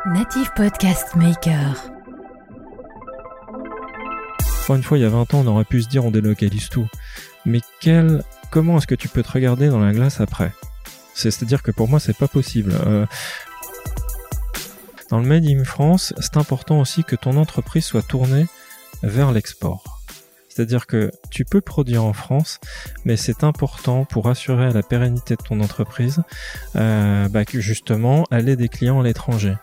Native Podcast Maker. Encore une fois, il y a 20 ans, on aurait pu se dire on délocalise tout. Mais comment est-ce que tu peux te regarder dans la glace après ? C'est-à-dire que pour moi, c'est pas possible. Dans le Made in France, c'est important aussi que ton entreprise soit tournée vers l'export. C'est-à-dire que tu peux produire en France, mais c'est important pour assurer la pérennité de ton entreprise que justement, elle ait des clients à l'étranger.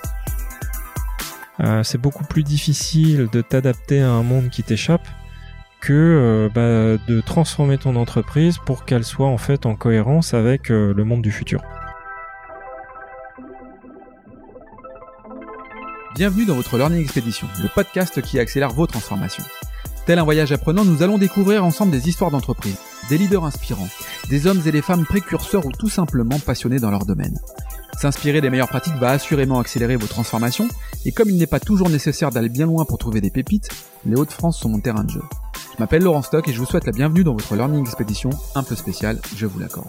C'est beaucoup plus difficile de t'adapter à un monde qui t'échappe que de transformer ton entreprise pour qu'elle soit en fait en cohérence avec le monde du futur. Bienvenue dans votre Learning Expedition, le podcast qui accélère vos transformations. Tel un voyage apprenant, nous allons découvrir ensemble des histoires d'entreprise, des leaders inspirants, des hommes et des femmes précurseurs ou tout simplement passionnés dans leur domaine. S'inspirer des meilleures pratiques va assurément accélérer vos transformations, et comme il n'est pas toujours nécessaire d'aller bien loin pour trouver des pépites, les Hauts-de-France sont mon terrain de jeu. Je m'appelle Laurent Stock et je vous souhaite la bienvenue dans votre Learning Expedition un peu spéciale, je vous l'accorde.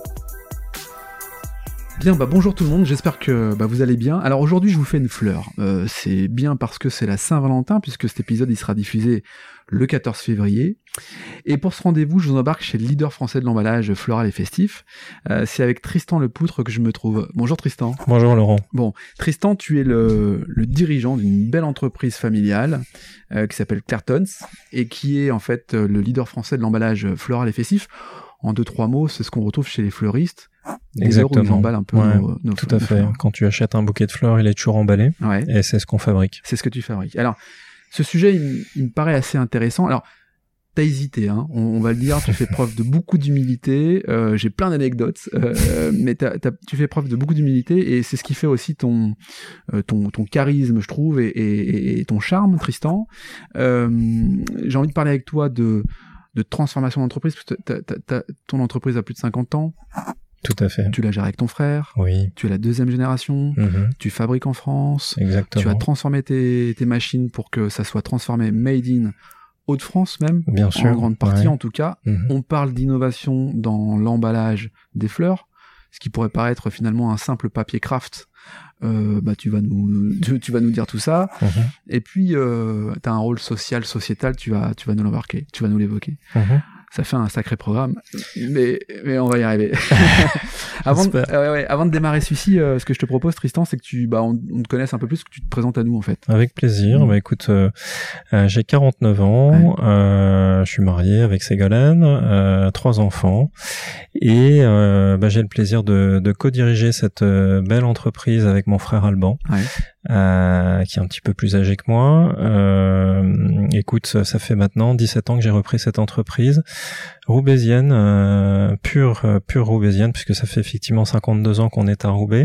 Bien, bonjour tout le monde, j'espère que vous allez bien. Alors aujourd'hui je vous fais une fleur, c'est bien parce que c'est la Saint-Valentin, puisque cet épisode il sera diffusé le 14 février. Et pour ce rendez-vous, je vous embarque chez le leader français de l'emballage floral et festif. C'est avec Tristan Lepoutre que je me trouve. Bonjour Tristan. Bonjour Laurent. Bon, Tristan, tu es le dirigeant d'une belle entreprise familiale qui s'appelle Clairtons et qui est en fait le leader français de l'emballage floral et festif. En 2-3 mots, c'est ce qu'on retrouve chez les fleuristes. Exactement. Où ils emballent un peu nos tout à fait. fleurs. Quand tu achètes un bouquet de fleurs, il est toujours emballé. Ouais. Et c'est ce qu'on fabrique. C'est ce que tu fabriques. Alors, ce sujet, il me paraît assez intéressant. Alors, t'as hésité, hein. On va le dire, tu fais preuve de beaucoup d'humilité. J'ai plein d'anecdotes, mais tu fais preuve de beaucoup d'humilité et c'est ce qui fait aussi ton charisme, je trouve, et ton charme, Tristan. J'ai envie de parler avec toi de transformation d'entreprise, parce que ton entreprise a plus de 50 ans. Tout à fait. Tu la gères avec ton frère. Oui. Tu es la 2e génération. Tu fabriques en France. Exactement. Tu as transformé tes machines pour que ça soit transformé made in Hauts-de-France même. Bien sûr. En grande partie, ouais. en tout cas. On parle d'innovation dans l'emballage des fleurs, ce qui pourrait paraître finalement un simple papier craft. Tu vas nous dire tout ça. Et puis, t'as un rôle sociétal, tu vas nous l'embarquer, tu vas nous l'évoquer. Ça fait un sacré programme, mais on va y arriver. Avant de démarrer celui-ci, ce que je te propose, Tristan, c'est que on te connaisse un peu plus, que tu te présentes à nous, en fait. Avec plaisir. Écoute, j'ai 49 ans, je suis marié avec Ségolène, 3 enfants, et j'ai le plaisir de co-diriger cette belle entreprise avec mon frère Alban. Qui est un petit peu plus âgé que moi. Écoute, ça fait maintenant 17 ans que j'ai repris cette entreprise roubaisienne, pure roubaisienne, puisque ça fait effectivement 52 ans qu'on est à Roubaix.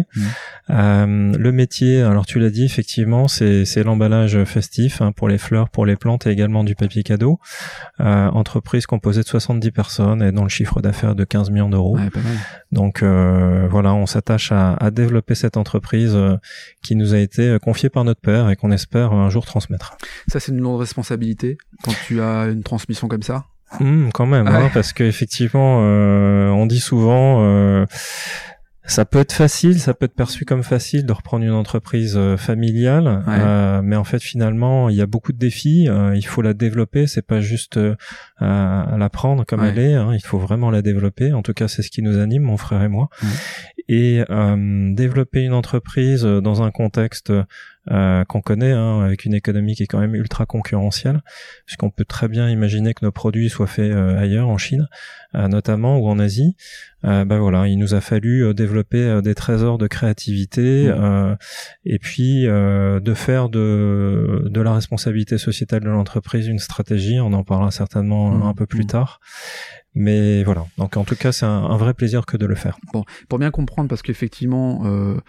Le métier, alors tu l'as dit, effectivement, c'est l'emballage festif, pour les fleurs, pour les plantes et également du papier cadeau. Entreprise composée de 70 personnes et dont le chiffre d'affaires de 15 millions d'euros. Ouais, pas mal. Donc on s'attache à développer cette entreprise qui nous a été confiée par notre père et qu'on espère un jour transmettre. Ça, c'est une lourde responsabilité quand tu as une transmission comme ça. Quand même, parce que effectivement, on dit souvent, ça peut être facile, ça peut être perçu comme facile de reprendre une entreprise familiale, mais en fait finalement il y a beaucoup de défis. Il faut la développer, c'est pas juste la prendre comme elle est. Il faut vraiment la développer. En tout cas, c'est ce qui nous anime, mon frère et moi. Et développer une entreprise dans un contexte qu'on connaît, avec une économie qui est quand même ultra concurrentielle, puisqu'on peut très bien imaginer que nos produits soient faits ailleurs, en Chine notamment, ou en Asie. Il nous a fallu développer des trésors de créativité, et puis de faire de la responsabilité sociétale de l'entreprise une stratégie. On en parlera certainement un peu plus tard. Mais voilà, donc en tout cas c'est un vrai plaisir que de le faire. Bon, pour bien comprendre, parce qu'effectivement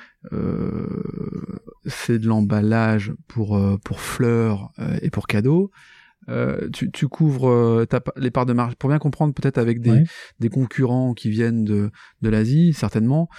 c'est de l'emballage pour fleurs et pour cadeaux. Tu couvres les parts de marge, pour bien comprendre, peut-être avec des concurrents qui viennent de l'Asie, certainement.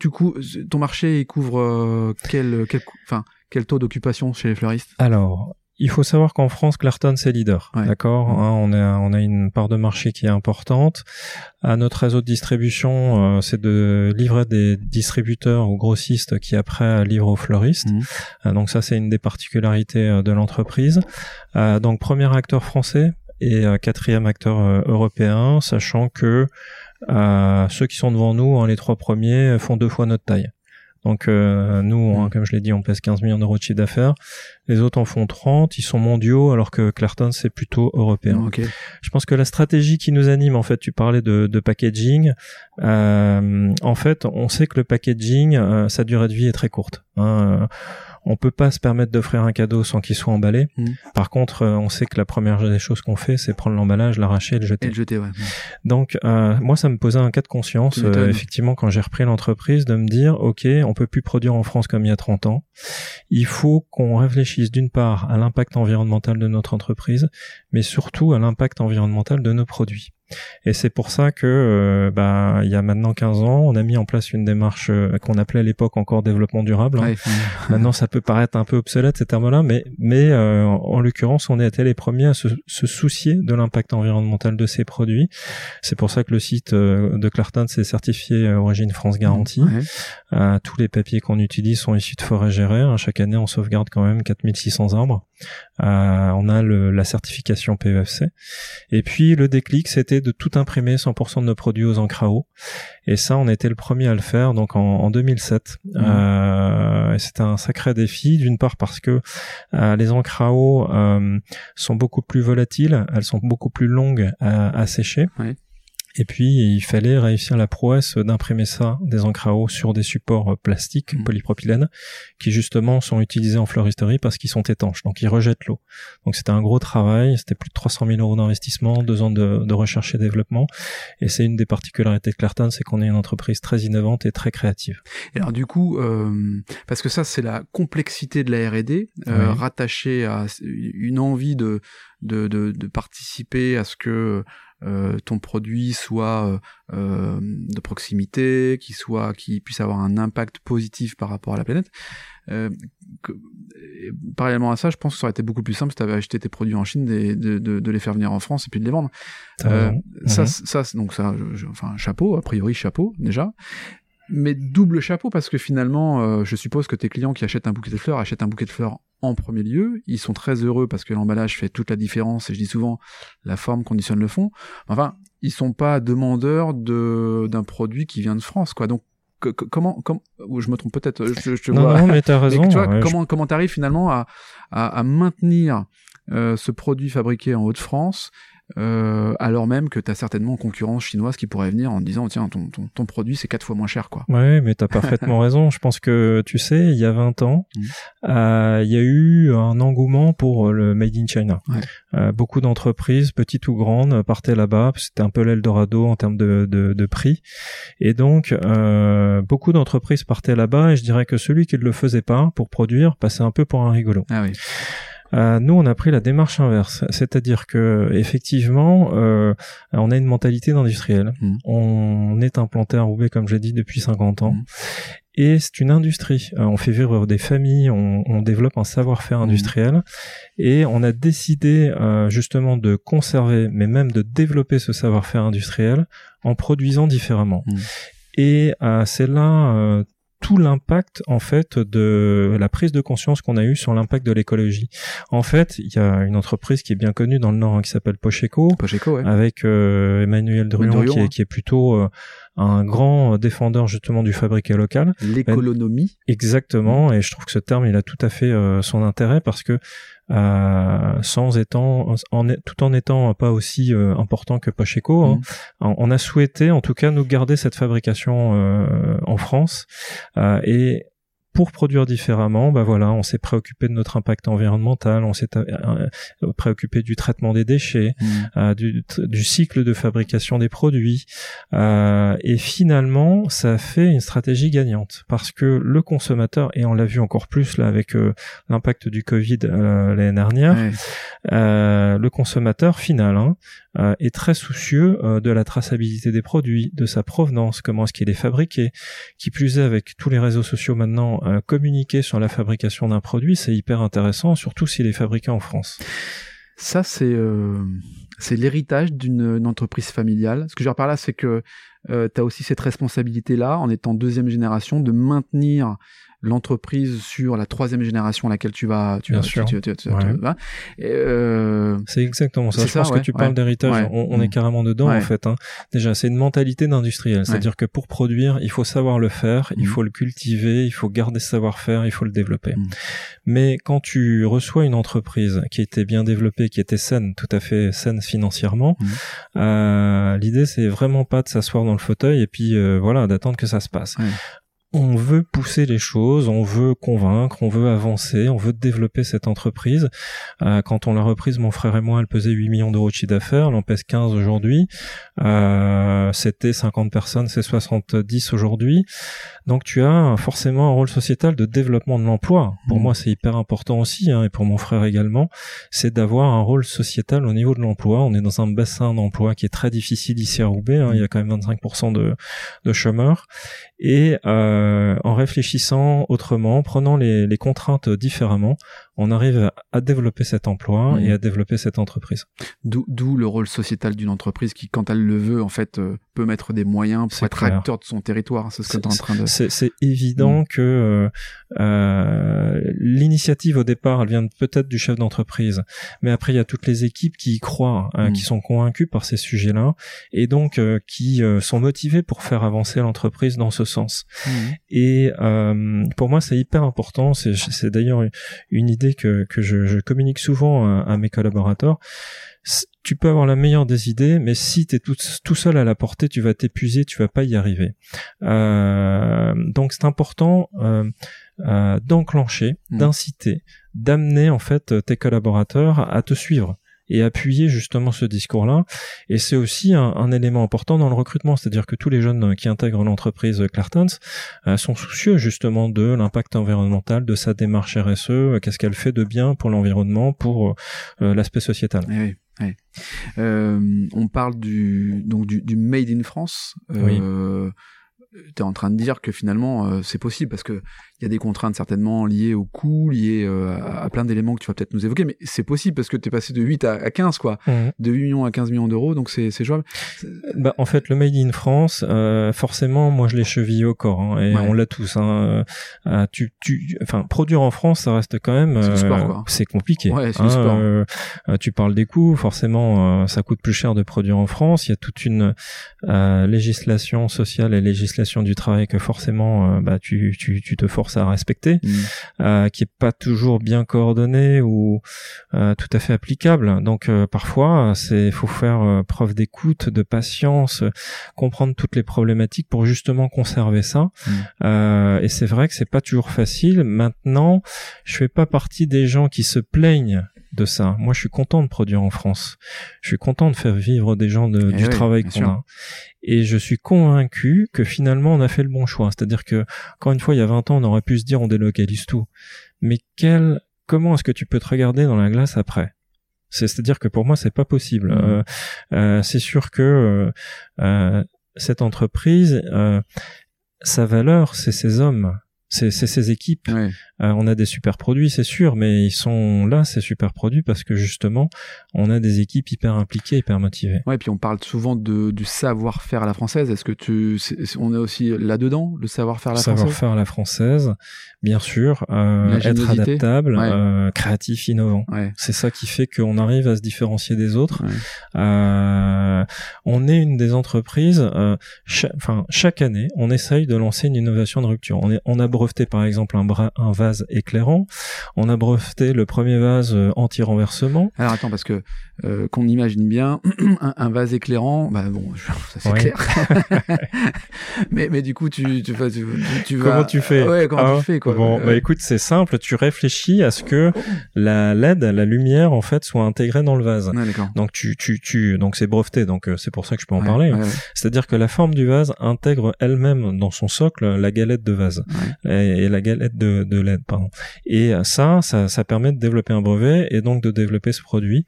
Ton marché il couvre quel taux d'occupation chez les fleuristes ? Alors, il faut savoir qu'en France, Clarton c'est leader, d'accord. On a une part de marché qui est importante. À notre réseau de distribution, c'est de livrer des distributeurs ou grossistes qui après livrent aux fleuristes. Donc ça, c'est une des particularités de l'entreprise. Donc premier acteur français et quatrième acteur européen, sachant que ceux qui sont devant nous, les 3 premiers, font 2 fois notre taille. Donc nous, comme je l'ai dit, on pèse 15 millions d'euros de chiffre d'affaires. Les autres en font 30, ils sont mondiaux, alors que Clarton, c'est plutôt européen. Okay. Je pense que la stratégie qui nous anime, en fait, tu parlais de packaging. En fait, on sait que le packaging, sa durée de vie est très courte. On peut pas se permettre d'offrir un cadeau sans qu'il soit emballé. Par contre, on sait que la première des choses qu'on fait, c'est prendre l'emballage, l'arracher et le jeter. Donc, moi, ça me posait un cas de conscience, effectivement, quand j'ai repris l'entreprise, de me dire, OK, on peut plus produire en France comme il y a 30 ans. Il faut qu'on réfléchisse d'une part à l'impact environnemental de notre entreprise, mais surtout à l'impact environnemental de nos produits. Et c'est pour ça que il y a maintenant 15 ans, on a mis en place une démarche qu'on appelait à l'époque encore développement durable. Maintenant, ça peut paraître un peu obsolète ces termes-là, mais en l'occurrence, on a été les premiers à se soucier de l'impact environnemental de ces produits. C'est pour ça que le site de Clarton s'est certifié Origine France Garantie. Tous les papiers qu'on utilise sont issus de forêts gérées. Chaque année, on sauvegarde quand même 4600 arbres. On a la certification PEFC. Et puis, le déclic, c'était de tout imprimer 100% de nos produits aux encres à eau. Et ça, on était le premier à le faire, donc en 2007. Et c'était un sacré défi, d'une part parce que les encres à eau sont beaucoup plus volatiles, elles sont beaucoup plus longues à sécher. Et puis, il fallait réussir la prouesse d'imprimer ça, des encres à eau, sur des supports plastiques, polypropylène, qui justement sont utilisés en fleuristerie parce qu'ils sont étanches, donc ils rejettent l'eau. Donc c'était un gros travail, c'était plus de 300 000 euros d'investissement, 2 ans de recherche et développement, et c'est une des particularités de Clarton, c'est qu'on est une entreprise très innovante et très créative. Et alors du coup, parce que ça c'est la complexité de la R&D, rattachée à une envie de participer à ce que ton produit soit de proximité, qui puisse avoir un impact positif par rapport à la planète. Parallèlement à ça, je pense que ça aurait été beaucoup plus simple si tu avais acheté tes produits en Chine de les faire venir en France et puis de les vendre. Enfin, chapeau, a priori chapeau déjà. Mais double chapeau, parce que finalement, je suppose que tes clients qui achètent un bouquet de fleurs achètent un bouquet de fleurs en premier lieu. Ils sont très heureux parce que l'emballage fait toute la différence, et je dis souvent, la forme conditionne le fond. Enfin, ils sont pas demandeurs d'un produit qui vient de France, quoi. Donc, comment, je me trompe peut-être, non, mais t'as raison. Mais tu vois, comment t'arrives finalement à maintenir ce produit fabriqué en Hauts-de-France, alors même que t'as certainement une concurrence chinoise qui pourrait venir en te disant tiens, ton produit c'est 4 fois moins cher, quoi. Ouais, mais t'as parfaitement raison. Je pense que, tu sais, il y a 20 ans, il y a eu un engouement pour le Made in China. Beaucoup d'entreprises, petites ou grandes, partaient là-bas. C'était un peu l'Eldorado en termes de prix. Et donc, beaucoup d'entreprises partaient là-bas, et je dirais que celui qui ne le faisait pas pour produire passait un peu pour un rigolo. Ah oui. Nous, on a pris la démarche inverse, c'est-à-dire que effectivement, on a une mentalité d'industriel. On est implanté à Roubaix, comme j'ai dit, depuis 50 ans, et c'est une industrie. On fait vivre des familles, on développe un savoir-faire industriel, et on a décidé justement de conserver, mais même de développer ce savoir-faire industriel en produisant différemment. Et c'est là tout l'impact, en fait, de la prise de conscience qu'on a eue sur l'impact de l'écologie. En fait, il y a une entreprise qui est bien connue dans le Nord, qui s'appelle Pocheco, avec Emmanuel Druon, qui est plutôt un grand défendeur justement du fabriqué local. L'économie. Exactement, et je trouve que ce terme, il a tout à fait son intérêt, parce que tout en étant pas aussi important que Pocheco, on a souhaité en tout cas nous garder cette fabrication en France, et pour produire différemment, on s'est préoccupé de notre impact environnemental, on s'est préoccupé du traitement des déchets, du cycle de fabrication des produits, et finalement, ça a fait une stratégie gagnante, parce que le consommateur, et on l'a vu encore plus là avec l'impact du Covid l'année dernière, le consommateur final est très soucieux de la traçabilité des produits, de sa provenance, comment est-ce qu'il est fabriqué, qui plus est avec tous les réseaux sociaux maintenant, communiquer sur la fabrication d'un produit, c'est hyper intéressant, surtout s'il est fabriqué en France. Ça, c'est l'héritage d'une entreprise familiale. Ce que je veux dire par là, c'est que tu as aussi cette responsabilité-là, en étant deuxième génération, de maintenir l'entreprise sur la troisième génération à laquelle tu vas. C'est exactement ça. Je pense que tu parles d'héritage. On est carrément dedans, en fait. Hein. Déjà, c'est une mentalité d'industriel. C'est-à-dire que pour produire, il faut savoir le faire, il faut le cultiver, il faut garder ce savoir-faire, il faut le développer. Mais quand tu reçois une entreprise qui était bien développée, qui était saine, tout à fait saine financièrement, l'idée, c'est vraiment pas de s'asseoir dans le fauteuil et puis d'attendre que ça se passe. On veut pousser les choses, on veut convaincre, on veut avancer, on veut développer cette entreprise. Quand on l'a reprise, mon frère et moi, elle pesait 8 millions d'euros de chiffre d'affaires, elle en pèse 15 aujourd'hui. C'était 50 personnes, c'est 70 aujourd'hui. Donc tu as forcément un rôle sociétal de développement de l'emploi. Pour moi, c'est hyper important aussi, et pour mon frère également, c'est d'avoir un rôle sociétal au niveau de l'emploi. On est dans un bassin d'emploi qui est très difficile ici à Roubaix, il y a quand même 25% de chômeurs. Et en réfléchissant autrement, prenant les contraintes différemment, on arrive à développer cet emploi et à développer cette entreprise. D'où le rôle sociétal d'une entreprise qui, quand elle le veut, en fait, peut mettre des moyens pour être acteur de son territoire. C'est ce que tu es en train de... C'est évident que l'initiative au départ, elle vient peut-être du chef d'entreprise, mais après il y a toutes les équipes qui y croient, qui sont convaincues par ces sujets-là, et donc qui sont motivées pour faire avancer l'entreprise dans ce sens. Et pour moi, c'est hyper important. C'est d'ailleurs une idée que je communique souvent à mes collaborateurs. Tu peux avoir la meilleure des idées, mais si t'es tout seul à la porter, tu vas t'épuiser, tu vas pas y arriver. Donc c'est important d'enclencher, d'inciter, d'amener en fait tes collaborateurs à te suivre et appuyer justement ce discours-là. Et c'est aussi un élément important dans le recrutement, c'est-à-dire que tous les jeunes qui intègrent l'entreprise Clartons sont soucieux justement de l'impact environnemental, de sa démarche RSE, qu'est-ce qu'elle fait de bien pour l'environnement, pour l'aspect sociétal. Oui. On parle du Made in France. T'es en train de dire que finalement c'est possible parce que il y a des contraintes certainement liées au coût, liées à plein d'éléments que tu vas peut-être nous évoquer, mais c'est possible parce que t'es passé de 8 à 15 quoi, de 8 millions à 15 millions d'euros, donc c'est jouable. En fait, le Made in France, forcément, moi je l'ai chevillé au corps, et on l'a tous. Produire en France, ça reste quand même, c'est le sport, quoi. C'est compliqué. Ouais, c'est le sport. Tu parles des coûts, forcément, ça coûte plus cher de produire en France. Il y a toute une législation sociale et législation du travail que forcément, tu te forces à respecter, qui est pas toujours bien coordonnée ou tout à fait applicable. Donc parfois, faut faire preuve d'écoute, de patience, comprendre toutes les problématiques pour justement conserver ça. Et c'est vrai que c'est pas toujours facile. Maintenant, je fais pas partie des gens qui se plaignent de ça. Moi, je suis content de produire en France. Je suis content de faire vivre des gens du travail qu'on a. Et je suis convaincu que finalement, on a fait le bon choix. C'est-à-dire que, encore une fois, il y a 20 ans, on aurait pu se dire on délocalise tout. Mais comment est-ce que tu peux te regarder dans la glace après? C'est-à-dire que pour moi, c'est pas possible. C'est sûr que cette entreprise, sa valeur, c'est ses hommes. C'est ses équipes. On a des super produits, c'est sûr, mais ils sont là, ces super produits, parce que justement, on a des équipes hyper impliquées, hyper motivées. Ouais, et puis on parle souvent du savoir-faire à la française. Est-ce que on est aussi là-dedans, le savoir-faire à la française? Savoir-faire à la française, bien sûr. Être adaptable, créatif, innovant. C'est ça qui fait qu'on arrive à se différencier des autres. On est une des entreprises, chaque année, on essaye de lancer une innovation de rupture. On a breveté, par exemple, un vase éclairant. On a breveté le premier vase anti-renversement. Alors attends, parce que qu'on imagine bien un vase éclairant, ça c'est clair. mais du coup tu vas comment tu fais? Comment tu fais quoi? Écoute, c'est simple, tu réfléchis à ce que la LED, la lumière en fait soit intégrée dans le vase. Donc donc c'est breveté, donc c'est pour ça que je peux en parler. C'est-à-dire que la forme du vase intègre elle-même dans son socle la galette de vase. et la galette de lait, pardon. Et ça permet de développer un brevet et donc de développer ce produit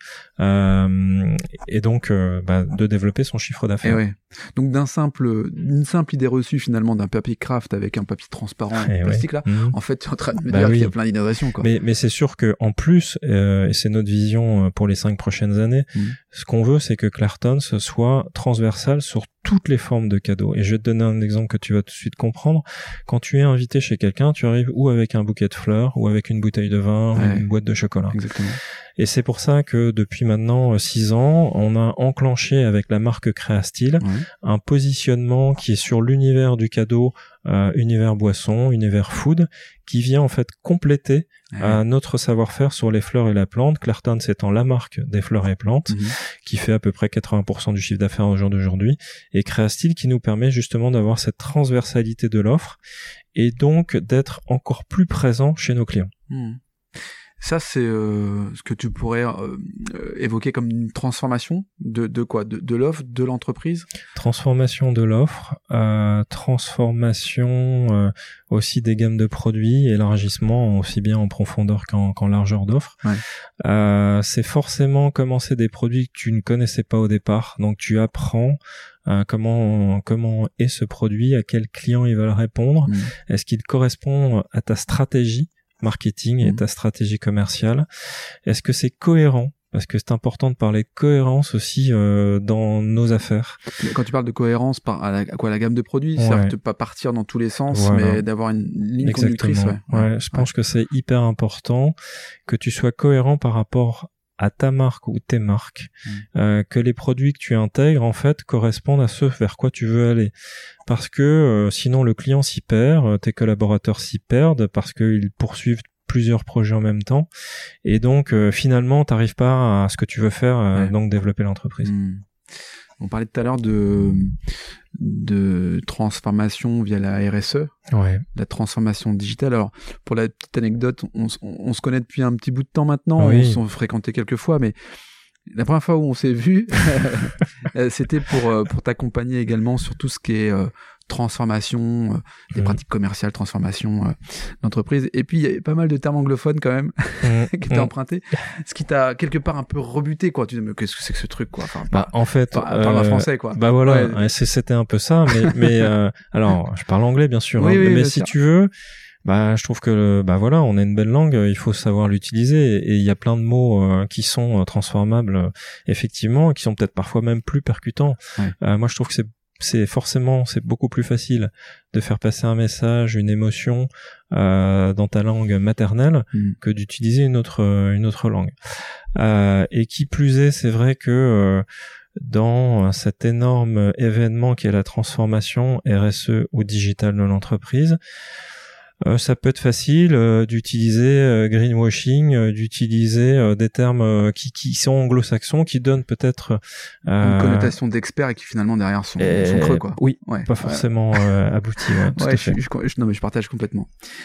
et donc de développer son chiffre d'affaires. Ouais. Donc d'une simple idée reçue finalement d'un papier craft avec un papier transparent plastique là, en fait tu es en train de me dire qu'il y a plein d'innovations quoi. Mais c'est sûr que en plus et c'est notre vision pour les 5 prochaines années, ce qu'on veut c'est que Clartons soit transversal sur toutes les formes de cadeaux. Et je vais te donner un exemple que tu vas tout de suite comprendre. Quand tu es invité chez quelqu'un, tu arrives ou avec un bouquet de fleurs, ou avec une bouteille de vin, ou une boîte de chocolat. Exactement. Et c'est pour ça que depuis maintenant 6 ans, on a enclenché avec la marque Créastyle un positionnement qui est sur l'univers du cadeau, univers boisson, univers food, qui vient en fait compléter notre savoir-faire sur les fleurs et la plante. Clartons étant la marque des fleurs et plantes, qui fait à peu près 80% du chiffre d'affaires au jour d'aujourd'hui, et Créastyle qui nous permet justement d'avoir cette transversalité de l'offre et donc d'être encore plus présent chez nos clients. Ça, c'est ce que tu pourrais évoquer comme une transformation de quoi, de l'offre, de l'entreprise. Transformation de l'offre, transformation aussi des gammes de produits, élargissement aussi bien en profondeur qu'en largeur d'offre. C'est forcément commencer des produits que tu ne connaissais pas au départ, donc tu apprends comment est ce produit, à quel client il va répondre, est-ce qu'il correspond à ta stratégie marketing et ta stratégie commerciale. Est-ce que c'est cohérent? Parce que c'est important de parler de cohérence aussi dans nos affaires. Quand tu parles de cohérence, à quoi, la gamme de produits, c'est-à-dire de pas partir dans tous les sens, mais d'avoir une ligne conductrice. Je pense que c'est hyper important que tu sois cohérent par rapport à ta marque ou tes marques, que les produits que tu intègres en fait correspondent à ce vers quoi tu veux aller, parce que sinon le client s'y perd, tes collaborateurs s'y perdent parce qu'ils poursuivent plusieurs projets en même temps et donc finalement t'arrives pas à ce que tu veux faire, donc développer l'entreprise. On parlait tout à l'heure de transformation via la RSE, la transformation digitale. Alors, pour la petite anecdote, on se connaît depuis un petit bout de temps maintenant, on s'est fréquenté quelques fois, mais la première fois où on s'est vu, c'était pour t'accompagner également sur tout ce qui est transformation, des pratiques commerciales, transformation d'entreprise. Et puis, il y avait pas mal de termes anglophones quand même qui étaient empruntés, ce qui t'a quelque part un peu rebuté, quoi. Tu dis, mais qu'est-ce que c'est que ce truc, quoi. Enfin, en fait, parle français, quoi. C'était un peu ça, mais alors, je parle anglais, bien sûr, mais si tu veux, je trouve que on a une belle langue, il faut savoir l'utiliser et il y a plein de mots qui sont transformables effectivement, qui sont peut-être parfois même plus percutants. Moi je trouve que c'est beaucoup plus facile de faire passer un message, une émotion dans ta langue maternelle que d'utiliser une autre langue. Et qui plus est, c'est vrai que dans cet énorme événement qui est la transformation RSE ou digitale de l'entreprise, ça peut être facile d'utiliser greenwashing, d'utiliser des termes qui sont anglo-saxons, qui donnent peut-être une connotation d'expert et qui finalement derrière sont creux, quoi. Oui, pas forcément abouti. Je partage complètement.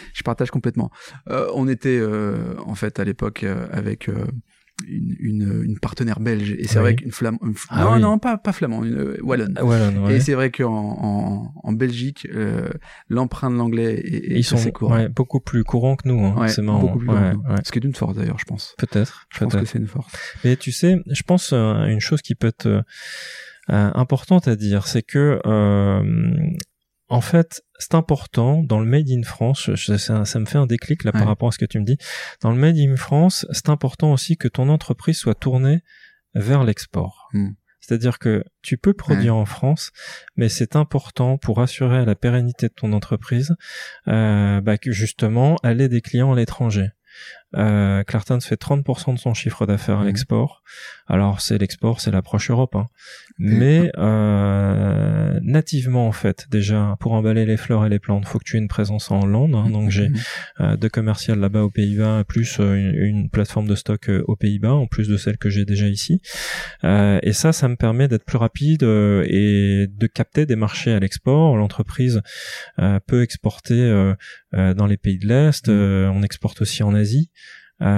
On était en fait à l'époque avec une partenaire belge et c'est vrai qu'une pas flamand, une wallonne. Et c'est vrai qu'en Belgique l'emprunt de l'anglais est assez courant. Beaucoup plus courant que nous, c'est marrant. Beaucoup plus courant que nous. Ce qui est une force d'ailleurs, je pense. Je pense que c'est une force. Mais tu sais, je pense une chose qui peut être importante à dire, c'est que en fait, c'est important dans le Made in France, ça me fait un déclic là par rapport à ce que tu me dis. Dans le Made in France, c'est important aussi que ton entreprise soit tournée vers l'export. C'est-à-dire que tu peux produire en France, mais c'est important pour assurer la pérennité de ton entreprise, que justement, elle ait des clients à l'étranger. Clartons fait 30% de son chiffre d'affaires à l'export. Alors l'export, c'est l'approche Europe, mais nativement en fait, déjà pour emballer les fleurs et les plantes, faut que tu aies une présence en Hollande. Donc j'ai 2 commerciales là-bas aux Pays-Bas, plus une plateforme de stock aux Pays-Bas, en plus de celle que j'ai déjà ici. Et ça me permet d'être plus rapide et de capter des marchés à l'export. L'entreprise peut exporter dans les pays de l'Est, on exporte aussi en Asie. On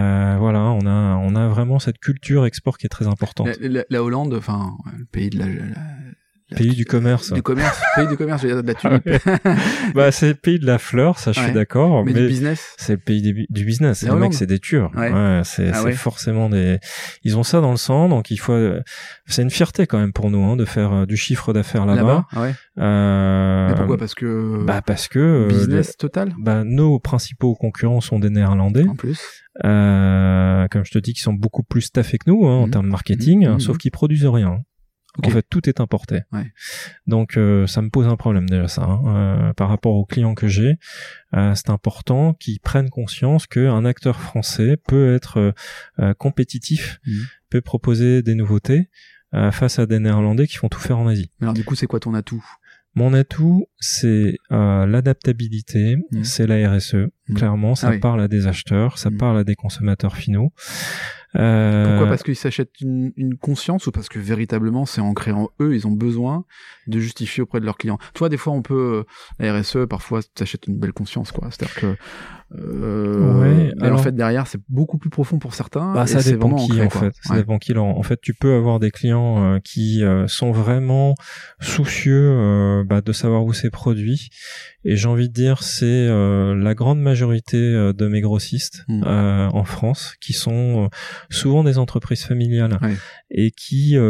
a vraiment cette culture export qui est très importante. La Hollande, enfin le pays de Pays du commerce. Du commerce, pays du commerce, je veux dire de la tulipe. Bah, c'est le pays de la fleur, ça je suis d'accord. Mais du business. C'est le pays du business. Les mecs, c'est des tueurs. C'est forcément ils ont ça dans le sang, donc il faut, c'est une fierté quand même pour nous, hein, de faire du chiffre d'affaires là-bas. Mais pourquoi? Parce que business total. Nos principaux concurrents sont des Néerlandais. En plus. Comme je te dis, qui sont beaucoup plus staffés que nous, en termes de marketing, sauf qu'ils produisent rien. En fait, tout est importé. Donc, ça me pose un problème déjà ça. Par rapport aux clients que j'ai, c'est important qu'ils prennent conscience qu'un acteur français peut être compétitif, peut proposer des nouveautés face à des Néerlandais qui font tout faire en Asie. Alors du coup, c'est quoi ton atout? Mon atout, c'est l'adaptabilité, c'est la RSE. Clairement, ça parle à des acheteurs, ça parle à des consommateurs finaux. Pourquoi? Parce qu'ils s'achètent une conscience, ou parce que véritablement c'est ancré en eux, ils ont besoin de justifier auprès de leurs clients. Tu vois, des fois on peut, la RSE, parfois t'achètes une belle conscience, quoi. C'est-à-dire que alors, en fait derrière c'est beaucoup plus profond pour certains. Ça dépend qui ancré, en fait. Ça dépend qui. En fait, tu peux avoir des clients qui sont vraiment soucieux de savoir où c'est produit. Et j'ai envie de dire, c'est la grande majorité de mes grossistes en France, qui sont souvent des entreprises familiales et qui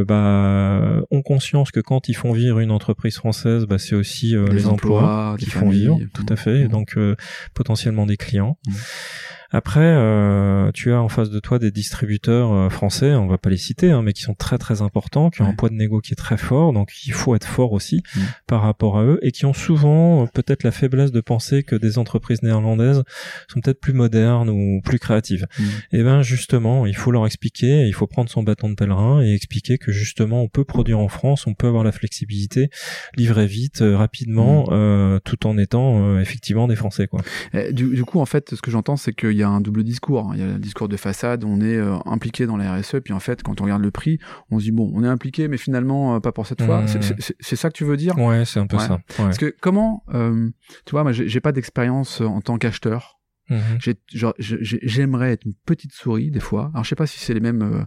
ont conscience que quand ils font vivre une entreprise française, c'est aussi les emplois qui font vivre, tout à fait, et donc potentiellement des clients. Après, tu as en face de toi des distributeurs français, on va pas les citer, mais qui sont très très importants, qui ont un poids de négo qui est très fort, donc il faut être fort aussi par rapport à eux, et qui ont souvent peut-être la faiblesse de penser que des entreprises néerlandaises sont peut-être plus modernes ou plus créatives. Et justement, il faut leur expliquer, il faut prendre son bâton de pèlerin et expliquer que justement on peut produire en France, on peut avoir la flexibilité, livrer vite, rapidement, tout en étant effectivement des Français, quoi. Du coup, en fait, ce que j'entends, c'est qu'il y a un double discours. Il y a le discours de façade, on est impliqué dans la RSE, puis en fait, quand on regarde le prix, on se dit bon, on est impliqué, mais finalement pas pour cette fois. C'est ça que tu veux dire? Ouais, c'est un peu ça. Parce que comment, tu vois, moi, j'ai pas d'expérience en tant qu'acheteur. J'aimerais être une petite souris des fois. Alors je sais pas si c'est les mêmes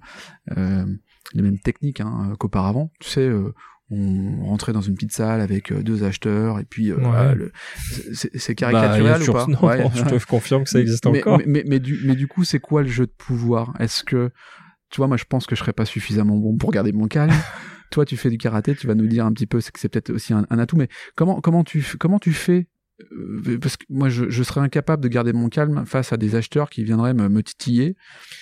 techniques qu'auparavant. Tu sais. On rentrait dans une petite salle avec deux acheteurs et puis c'est caricatural ou pas? Non, je te confirme que ça existe encore. Mais du coup, c'est quoi le jeu de pouvoir? Est-ce que, tu vois, moi je pense que je serais pas suffisamment bon pour garder mon calme. Toi, tu fais du karaté, tu vas nous dire un petit peu, c'est que c'est peut-être aussi un atout. Mais comment tu fais? Parce que moi, je serais incapable de garder mon calme face à des acheteurs qui viendraient me titiller.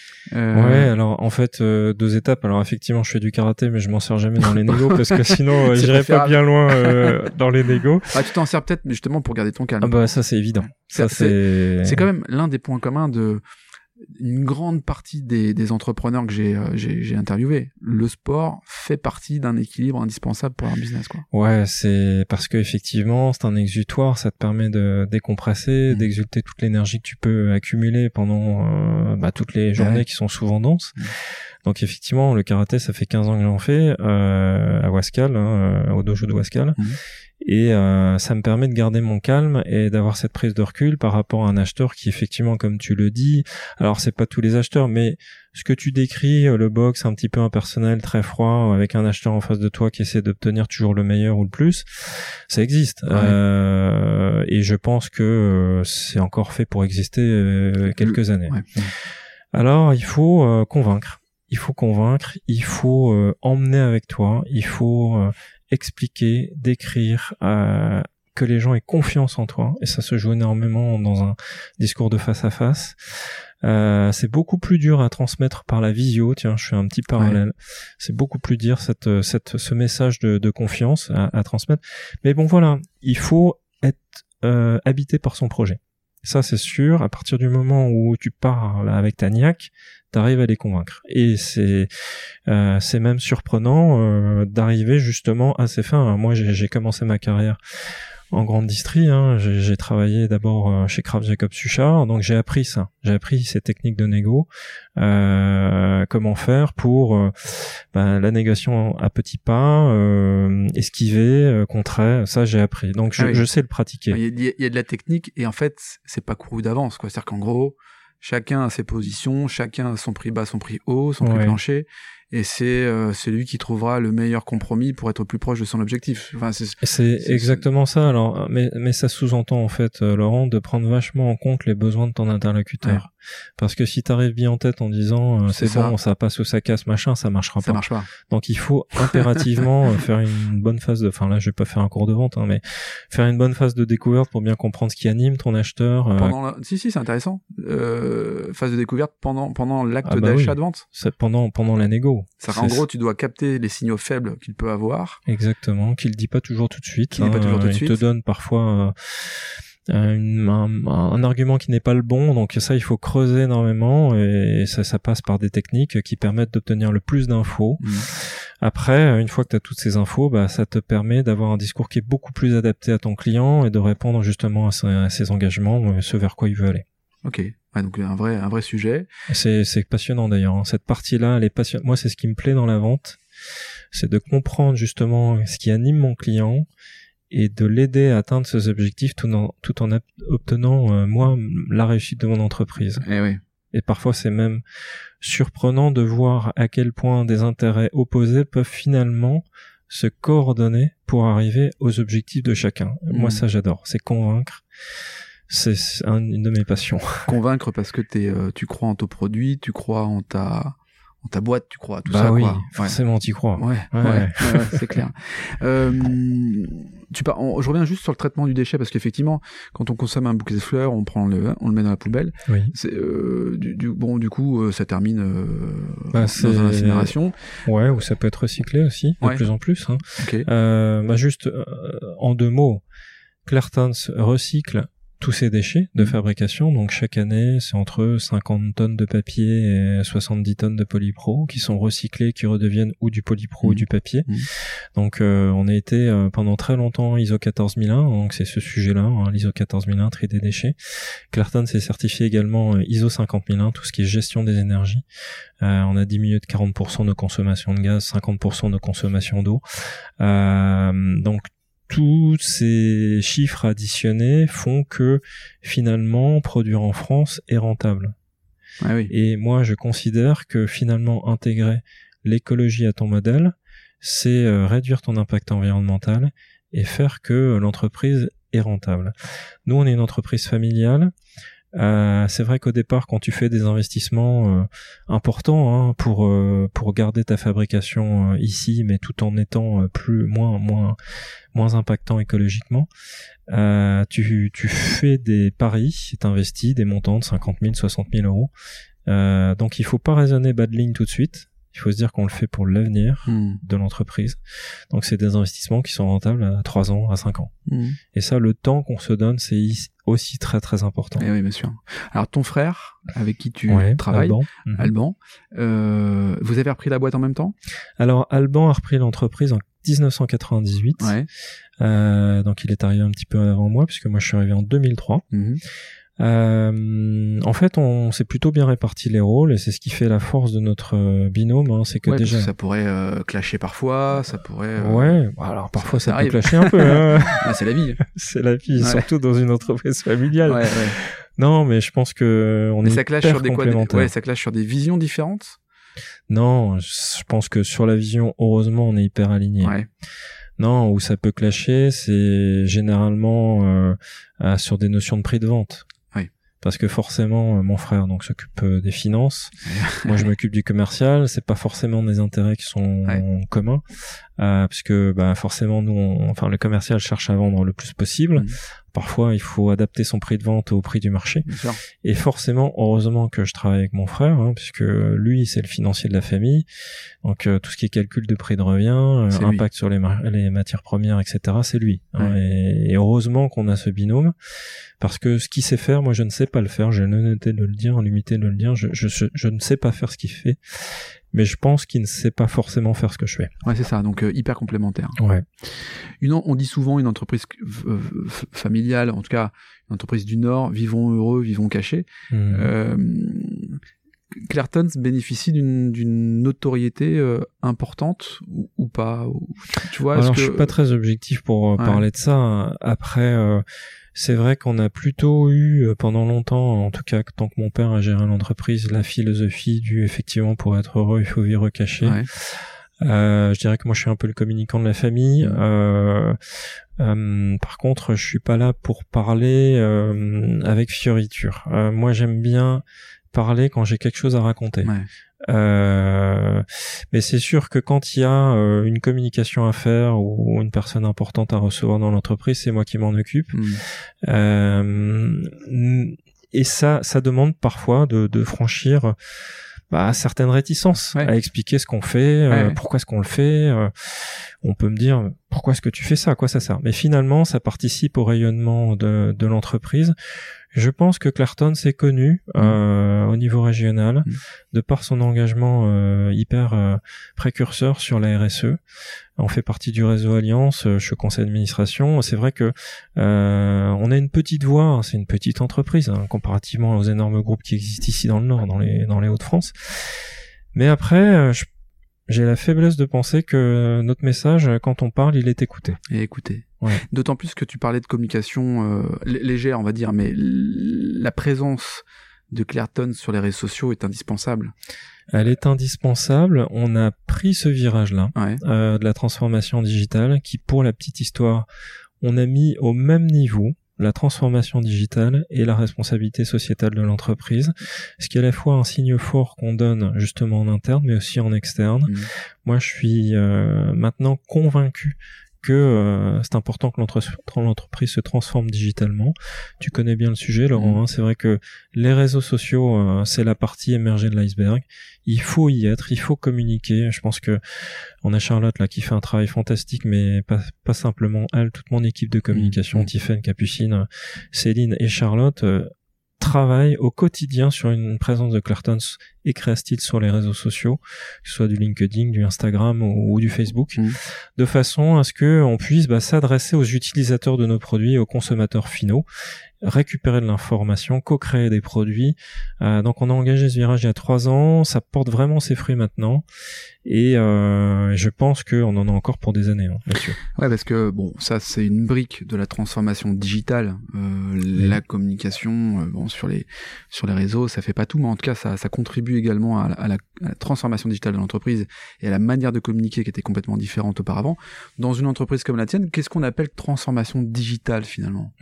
Alors en fait 2 étapes. Alors effectivement, je fais du karaté, mais je m'en sers jamais dans les négos parce que sinon j'irais pas bien loin dans les négos. Tu t'en sers peut-être justement pour garder ton calme. Ça c'est évident. C'est quand même l'un des points communs de une grande partie des entrepreneurs que j'ai interviewés. Le sport fait partie d'un équilibre indispensable pour un business, quoi. Ouais, c'est parce que effectivement, c'est un exutoire, ça te permet de décompresser, d'exulter toute l'énergie que tu peux accumuler pendant toutes les journées qui sont souvent denses. Donc effectivement, le karaté, ça fait 15 ans que j'en fais à Wascal, au dojo de Wascal. Et ça me permet de garder mon calme et d'avoir cette prise de recul par rapport à un acheteur qui, effectivement, comme tu le dis, alors c'est pas tous les acheteurs, mais ce que tu décris, le box un petit peu impersonnel, très froid, avec un acheteur en face de toi qui essaie d'obtenir toujours le meilleur ou le plus, ça existe. Et je pense que c'est encore fait pour exister quelques années. Alors, il faut convaincre. Il faut emmener avec toi, il faut expliquer, décrire, que les gens aient confiance en toi, et ça se joue énormément dans un discours de face à face. C'est beaucoup plus dur à transmettre par la visio. Tiens, je fais un petit parallèle. C'est beaucoup plus dur ce message de confiance à transmettre. Mais bon, voilà, il faut être habité par son projet. Ça, c'est sûr. À partir du moment où tu parles avec ta niaque, t'arrives à les convaincre. Et c'est même surprenant d'arriver justement à ces fins. Moi, j'ai commencé ma carrière en grande distrie, j'ai travaillé d'abord chez Kraft Jacobs Suchard, donc j'ai appris ça. J'ai appris ces techniques de négo, comment faire pour la négociation à petits pas, esquiver, contrer, ça j'ai appris. Donc je sais le pratiquer. Il y a de la technique et en fait, c'est pas couru d'avance, quoi. C'est-à-dire qu'en gros, chacun a ses positions, chacun a son prix bas, son prix haut, son prix plancher. et c'est lui qui trouvera le meilleur compromis pour être plus proche de son objectif. Enfin, c'est exactement ça. Alors, mais ça sous-entend en fait, Laurent, de prendre vachement en compte les besoins de ton interlocuteur. Ouais. Parce que si t'arrives bien en tête en disant c'est bon, ça passe ou ça casse, machin, ça marchera pas. Ça marche pas. Donc il faut impérativement faire une bonne phase de, enfin là je vais pas faire un cours de vente, hein, mais faire une bonne phase de découverte pour bien comprendre ce qui anime ton acheteur. Si c'est intéressant. Phase de découverte pendant l'acte d'achat de vente. C'est pendant la négo. Ça en gros tu dois capter les signaux faibles qu'il peut avoir. Exactement, qu'il dit pas toujours tout de suite. Il te donne parfois un argument qui n'est pas le bon, donc ça il faut creuser énormément et ça passe par des techniques qui permettent d'obtenir le plus d'infos. Après, une fois que tu as toutes ces infos, bah ça te permet d'avoir un discours qui est beaucoup plus adapté à ton client et de répondre justement à ses engagements, ce vers quoi il veut aller. Ok, ouais, donc un vrai sujet. C'est passionnant d'ailleurs, hein. Cette partie-là, elle est passionnante. Moi, c'est ce qui me plaît dans la vente, c'est de comprendre justement ce qui anime mon client et de l'aider à atteindre ses objectifs tout en obtenant, moi, la réussite de mon entreprise. Oui. Et parfois, c'est même surprenant de voir à quel point des intérêts opposés peuvent finalement se coordonner pour arriver aux objectifs de chacun. Moi, ça, j'adore. C'est convaincre. C'est une de mes passions. Convaincre parce que tu crois en ton produit, tu crois en ta boîte, tu crois à tout bah ça, oui, quoi. Forcément, t'y crois. Ouais, c'est clair. Je reviens juste sur le traitement du déchet parce qu'effectivement, quand on consomme un bouquet de fleurs, on le met dans la poubelle. Oui. C'est du coup, ça termine dans une incinération. Ouais, ou ça peut être recyclé aussi, de plus en plus. Hein. Okay. Juste en 2 mots, Clartons recycle tous ces déchets de fabrication, donc chaque année c'est entre 50 tonnes de papier et 70 tonnes de polypro qui sont recyclés, qui redeviennent ou du polypro ou du papier. Donc on a été pendant très longtemps ISO 14001, donc c'est ce sujet-là, hein, l'ISO 14001, tri des déchets. Clartons s'est certifié également ISO 50001, tout ce qui est gestion des énergies. On a diminué de 40% nos consommations de gaz, 50% nos consommations d'eau. Donc tous ces chiffres additionnés font que finalement produire en France est rentable. Ah oui. Et moi je considère que finalement intégrer l'écologie à ton modèle, c'est réduire ton impact environnemental et faire que l'entreprise est rentable. Nous on est une entreprise familiale. C'est vrai qu'au départ, quand tu fais des investissements importants hein, pour garder ta fabrication ici, mais tout en étant moins impactant écologiquement, tu fais des paris, tu investis des montants de 50 000, 60 000 euros. Donc il faut pas raisonner bas de ligne tout de suite. Il faut se dire qu'on le fait pour l'avenir de l'entreprise. Donc c'est des investissements qui sont rentables à 3 ans, à 5 ans. Et ça, le temps qu'on se donne, c'est aussi très très important. Et oui, bien sûr. Alors ton frère, avec qui tu travailles, Alban, vous avez repris la boîte en même temps ? Alors Alban a repris l'entreprise en 1998. Donc il est arrivé un petit peu avant moi, puisque moi je suis arrivé en 2003. En fait, on s'est plutôt bien réparti les rôles et c'est ce qui fait la force de notre binôme. Hein, c'est que déjà ça pourrait clasher parfois, ça pourrait. Alors parfois ça peut clasher un peu. Hein. C'est la vie. C'est la vie, surtout dans une entreprise familiale. Non, mais je pense que on est hyper complémentaires. Ça clash sur des visions différentes. Non, je pense que sur la vision, heureusement, on est hyper alignés. Non, où ça peut clasher, c'est généralement sur des notions de prix de vente. Parce que forcément, mon frère donc s'occupe des finances. Moi, je m'occupe du commercial. C'est pas forcément des intérêts qui sont communs, puisque forcément, nous, le commercial cherche à vendre le plus possible. Parfois, il faut adapter son prix de vente au prix du marché. Et forcément, heureusement que je travaille avec mon frère, hein, puisque lui, c'est le financier de la famille. Donc, tout ce qui est calcul de prix de revient, impact sur les matières premières, etc., c'est lui. Hein, et heureusement qu'on a ce binôme, parce que ce qu'il sait faire, moi, je ne sais pas le faire. J'ai l'honnêteté de le dire, l'humilité de le dire. Je ne sais pas faire ce qu'il fait. Mais je pense qu'il ne sait pas forcément faire ce que je fais. Ouais, c'est ça, donc hyper complémentaire. On dit souvent une entreprise familiale, en tout cas une entreprise du Nord, vivons heureux, vivons cachés. Clartons bénéficie d'une notoriété importante ou pas, tu vois? Alors je suis pas très objectif pour parler de ça. Après, c'est vrai qu'on a plutôt eu pendant longtemps, en tout cas tant que mon père a géré l'entreprise, la philosophie du effectivement pour être heureux il faut vivre caché. Ouais. Je dirais que moi je suis un peu le communicant de la famille. Par contre, je suis pas là pour parler avec fioriture. Moi j'aime bien parler quand j'ai quelque chose à raconter. Mais c'est sûr que quand il y a une communication à faire ou une personne importante à recevoir dans l'entreprise, c'est moi qui m'en occupe. Et ça demande parfois de franchir certaines réticences à expliquer ce qu'on fait, pourquoi est-ce qu'on le fait. On peut me dire pourquoi est-ce que tu fais ça, à quoi ça sert. Mais finalement, ça participe au rayonnement de l'entreprise. Je pense que Clartons est connu au niveau régional de par son engagement hyper précurseur sur la RSE. On fait partie du réseau Alliance, je suis au conseil d'administration. C'est vrai que on a une petite voix, c'est une petite entreprise comparativement aux énormes groupes qui existent ici dans le Nord, dans les Hauts-de-France. Mais après, j'ai la faiblesse de penser que notre message, quand on parle, il est écouté. Et écouté. Ouais. D'autant plus que tu parlais de communication légère, on va dire, mais la présence de Clartons sur les réseaux sociaux est indispensable. Elle est indispensable. On a pris ce virage-là de la transformation digitale qui, pour la petite histoire, on a mis au même niveau la transformation digitale et la responsabilité sociétale de l'entreprise, ce qui est à la fois un signe fort qu'on donne justement en interne, mais aussi en externe. Moi, je suis maintenant convaincu que c'est important que l'entreprise se transforme digitalement. Tu connais bien le sujet, Laurent. C'est vrai que les réseaux sociaux, c'est la partie émergée de l'iceberg. Il faut y être, il faut communiquer. Je pense que on a Charlotte là qui fait un travail fantastique, mais pas simplement elle, toute mon équipe de communication, Tiffaine, Capucine, Céline et Charlotte travaillent au quotidien sur une présence de Clartons et Créastyle sur les réseaux sociaux, que ce soit du LinkedIn, du Instagram ou du Facebook, de façon à ce que on puisse s'adresser aux utilisateurs de nos produits, aux consommateurs finaux, récupérer de l'information, co-créer des produits. Donc on a engagé ce virage il y a 3 ans, ça porte vraiment ses fruits maintenant, et je pense qu'on en a encore pour des années, bien sûr. Ouais, parce que bon, ça c'est une brique de la transformation digitale, la communication, sur les réseaux, ça fait pas tout, mais en tout cas ça contribue également à la transformation digitale de l'entreprise et à la manière de communiquer qui était complètement différente auparavant. Dans une entreprise comme la tienne, qu'est-ce qu'on appelle transformation digitale finalement?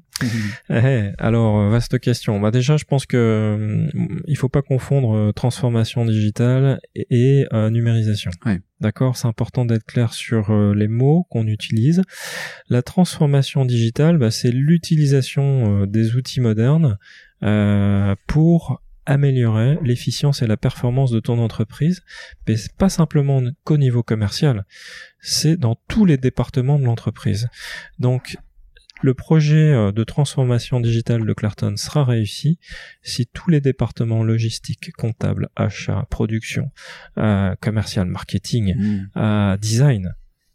Alors, vaste question. Déjà, je pense que il faut pas confondre transformation digitale et numérisation. D'accord, c'est important d'être clair sur les mots qu'on utilise. La transformation digitale, c'est l'utilisation des outils modernes pour améliorer l'efficience et la performance de ton entreprise, mais c'est pas simplement qu'au niveau commercial, c'est dans tous les départements de l'entreprise. Donc, le projet de transformation digitale de Clartons sera réussi si tous les départements logistiques, comptables, achats, production, commercial, marketing, design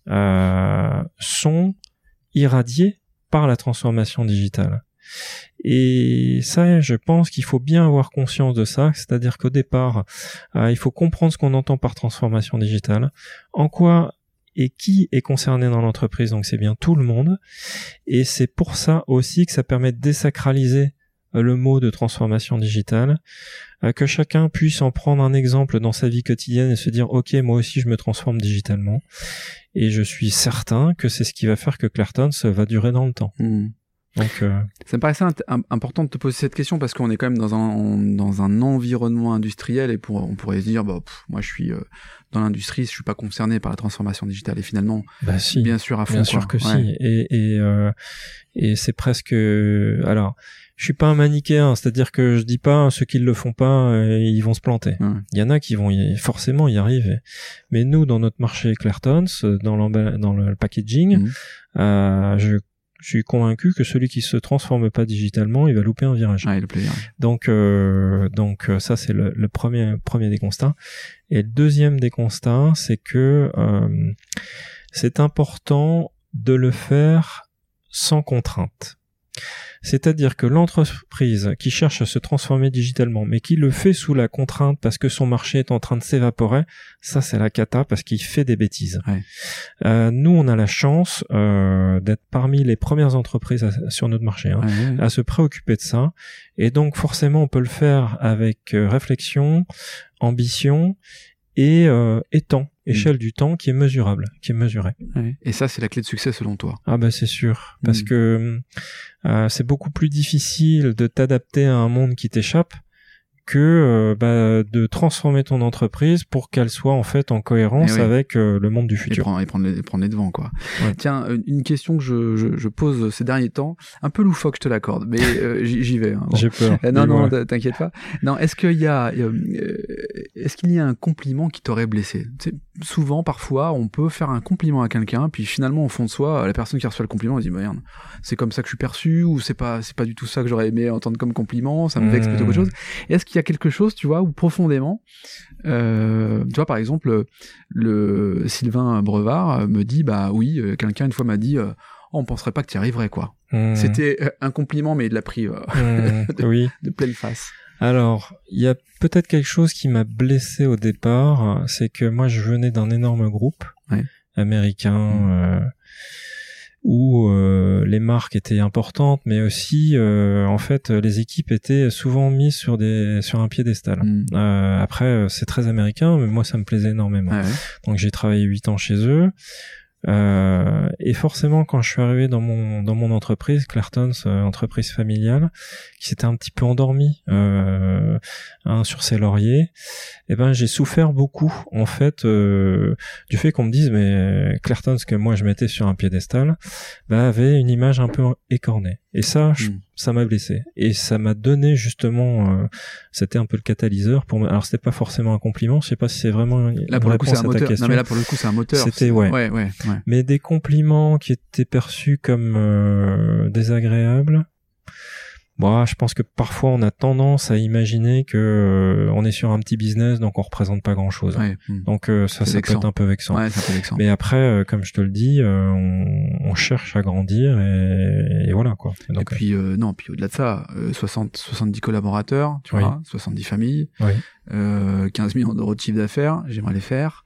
sont irradiés par la transformation digitale. Et ça, je pense qu'il faut bien avoir conscience de ça, c'est-à-dire qu'au départ, il faut comprendre ce qu'on entend par transformation digitale, en quoi et qui est concerné dans l'entreprise, donc c'est bien tout le monde, et c'est pour ça aussi que ça permet de désacraliser le mot de transformation digitale, que chacun puisse en prendre un exemple dans sa vie quotidienne et se dire ok, moi aussi je me transforme digitalement, et je suis certain que c'est ce qui va faire que Clartons va durer dans le temps. Donc, ça me paraissait important de te poser cette question parce qu'on est quand même dans un environnement industriel et on pourrait se dire moi je suis dans l'industrie, je suis pas concerné par la transformation digitale, et finalement si, bien sûr à fond, bien sûr que si, et c'est presque alors je suis pas un manichéen, c'est-à-dire que je dis pas ceux qui le font pas ils vont se planter. Il y en a qui vont forcément y arriver, mais nous dans notre marché Clartons, dans le packaging, je suis convaincu que celui qui se transforme pas digitalement, il va louper un virage. Donc ça c'est le premier des constats. Et le deuxième des constats, c'est que c'est important de le faire sans contrainte. C'est-à-dire que l'entreprise qui cherche à se transformer digitalement, mais qui le fait sous la contrainte parce que son marché est en train de s'évaporer, ça c'est la cata parce qu'il fait des bêtises. Ouais. Nous, on a la chance d'être parmi les premières entreprises sur notre marché à se préoccuper de ça. Et donc forcément, on peut le faire avec réflexion, ambition et temps. Échelle du temps qui est mesurable, qui est mesurée. Ouais. Et ça, c'est la clé de succès selon toi. Ah bah c'est sûr, parce que c'est beaucoup plus difficile de t'adapter à un monde qui t'échappe que de transformer ton entreprise pour qu'elle soit en fait en cohérence avec le monde du futur. Et prendre les devants, quoi. Ouais. Tiens, une question que je pose ces derniers temps, un peu loufoque, je te l'accorde, mais j'y vais. Hein, bon. J'ai peur. Non, t'inquiète pas. Non, est-ce qu'il y a un compliment qui t'aurait blessé? Tu sais, souvent, parfois, on peut faire un compliment à quelqu'un, puis finalement, au fond de soi, la personne qui reçoit le compliment, elle dit, merde, c'est comme ça que je suis perçu, ou c'est pas du tout ça que j'aurais aimé entendre comme compliment, ça me vexe plutôt qu'autre chose. Est-ce qu'il y a quelque chose, tu vois, où profondément, tu vois, par exemple, le Sylvain Brevard me dit, bah oui, quelqu'un une fois m'a dit, on penserait pas que tu y arriverais, quoi. C'était un compliment, mais il l'a pris de pleine face. Alors, il y a peut-être quelque chose qui m'a blessé au départ, c'est que moi je venais d'un énorme groupe américain où les marques étaient importantes, mais aussi en fait les équipes étaient souvent mises sur un piédestal. Après c'est très américain, mais moi ça me plaisait énormément. Donc j'ai travaillé 8 ans chez eux. Et forcément, quand je suis arrivé dans mon entreprise, Clartons, entreprise familiale, qui s'était un petit peu endormie sur ses lauriers, et ben j'ai souffert beaucoup en fait du fait qu'on me dise mais Clartons que moi je mettais sur un piédestal, avait une image un peu écornée. Et ça, ça m'a blessé. Et ça m'a donné justement, c'était un peu le catalyseur pour alors c'était pas forcément un compliment, je sais pas si c'est vraiment là pour le coup c'est un moteur. Non mais là pour le coup c'est un moteur. C'était ouais. Mais des compliments qui étaient perçus comme désagréables. Bon, je pense que parfois on a tendance à imaginer que on est sur un petit business, donc on représente pas grand-chose. Donc ça peut être un peu vexant. Ouais, c'est un peu vexant. Mais après, comme je te le dis, on cherche à grandir et voilà quoi. Donc, et puis puis au-delà de ça, 70 collaborateurs, tu vois, 70 familles, 15 millions d'euros de chiffre d'affaires, j'aimerais les faire.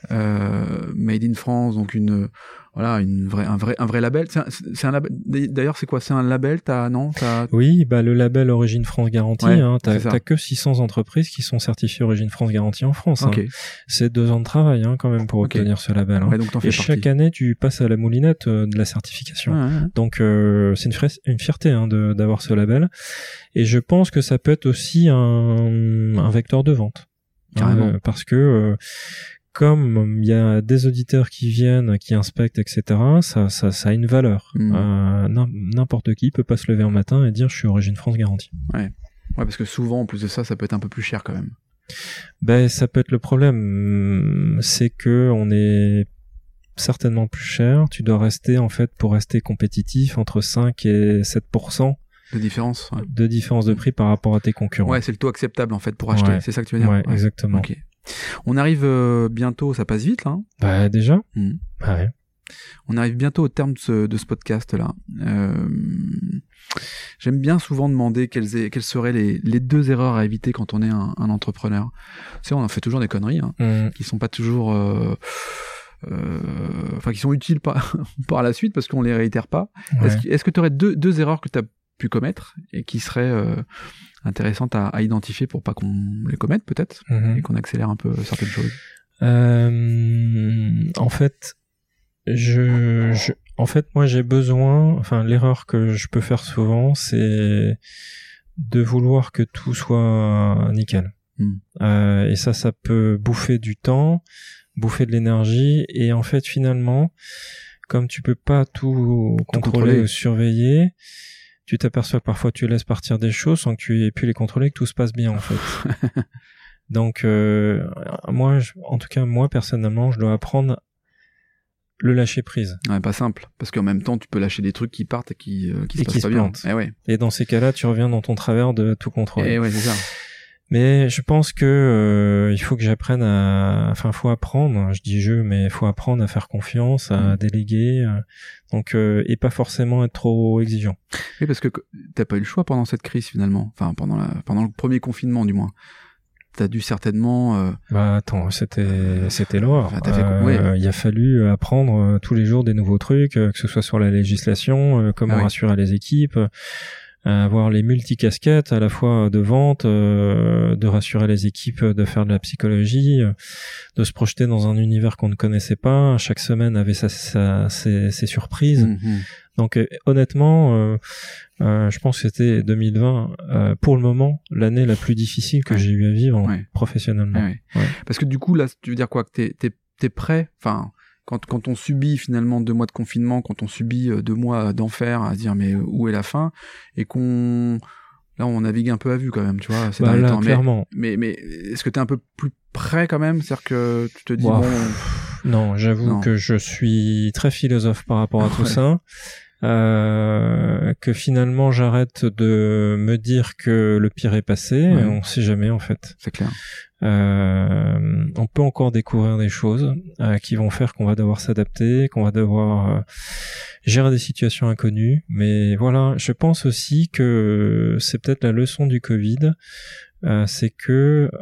Made in France, donc un vrai label. C'est un label. D'ailleurs, c'est quoi? C'est un label, Oui, le label Origine France Garantie, t'as que 600 entreprises qui sont certifiées Origine France Garantie en France. Okay. C'est 2 ans de travail, quand même, pour obtenir ce label. Ouais, donc et chaque année, tu passes à la moulinette de la certification. Donc, c'est une fierté, d'avoir ce label. Et je pense que ça peut être aussi un vecteur de vente. Parce que, comme il y a des auditeurs qui viennent, qui inspectent, etc., ça a une valeur. N'importe qui peut pas se lever un matin et dire je suis Origine France Garantie. Ouais, parce que souvent, en plus de ça, ça peut être un peu plus cher quand même. Ça peut être le problème. C'est que on est certainement plus cher. Tu dois rester, en fait, pour rester compétitif, entre 5 et 7% de différence. De différence de prix par rapport à tes concurrents. Ouais, c'est le taux acceptable, en fait, pour acheter. C'est ça que tu veux dire? Ouais, exactement. Ok. On arrive bientôt, ça passe vite là. Déjà. On arrive bientôt au terme de ce podcast là. J'aime bien souvent demander quelles seraient les 2 erreurs à éviter quand on est un entrepreneur. Tu sais, on en fait toujours des conneries qui sont pas toujours qui sont utiles par la suite parce qu'on les réitère pas. Est-ce que tu aurais deux erreurs que tu as pu commettre et qui seraient intéressantes à identifier pour pas qu'on les commette peut-être et qu'on accélère un peu certaines choses? En fait, moi j'ai besoin, l'erreur que je peux faire souvent, c'est de vouloir que tout soit nickel. Et ça peut bouffer du temps, bouffer de l'énergie, et en fait finalement, comme tu peux pas tout contrôler ou surveiller, tu t'aperçois que parfois tu laisses partir des choses sans que tu aies pu les contrôler, que tout se passe bien en fait. Donc moi personnellement, je dois apprendre le lâcher prise. Ouais, pas simple, parce qu'en même temps tu peux lâcher des trucs qui partent et qui se passent pas bien. Et dans ces cas-là, tu reviens dans ton travers de tout contrôler. Et ouais, c'est ça. Mais je pense que il faut que j'apprenne faut apprendre. Je dis mais il faut apprendre à faire confiance, à déléguer, donc et pas forcément être trop exigeant. Oui, parce que t'as pas eu le choix pendant cette crise finalement. Enfin, pendant le premier confinement du moins. T'as dû certainement. Attends, c'était l'horreur. Enfin, il a fallu apprendre tous les jours des nouveaux trucs, que ce soit sur la législation, comment rassurer les équipes. Avoir les multicasquettes à la fois de vente, de rassurer les équipes, de faire de la psychologie, de se projeter dans un univers qu'on ne connaissait pas. Chaque semaine avait ses surprises. Donc honnêtement, je pense que c'était 2020 pour le moment l'année la plus difficile que j'ai eu à vivre professionnellement. Parce que du coup là, tu veux dire quoi, que t'es prêt, enfin. Quand on subit finalement 2 mois de confinement, quand on subit 2 mois d'enfer à se dire mais où est la fin, et on navigue un peu à vue quand même, tu vois, ces derniers temps. Clairement. Mais est-ce que t'es un peu plus prêt quand même, c'est-à-dire que tu te dis non, j'avoue que je suis très philosophe par rapport à tout ça. Que finalement j'arrête de me dire que le pire est passé, on sait jamais en fait. C'est clair. On peut encore découvrir des choses qui vont faire qu'on va devoir s'adapter, qu'on va devoir gérer des situations inconnues, mais voilà, je pense aussi que c'est peut-être la leçon du Covid, c'est que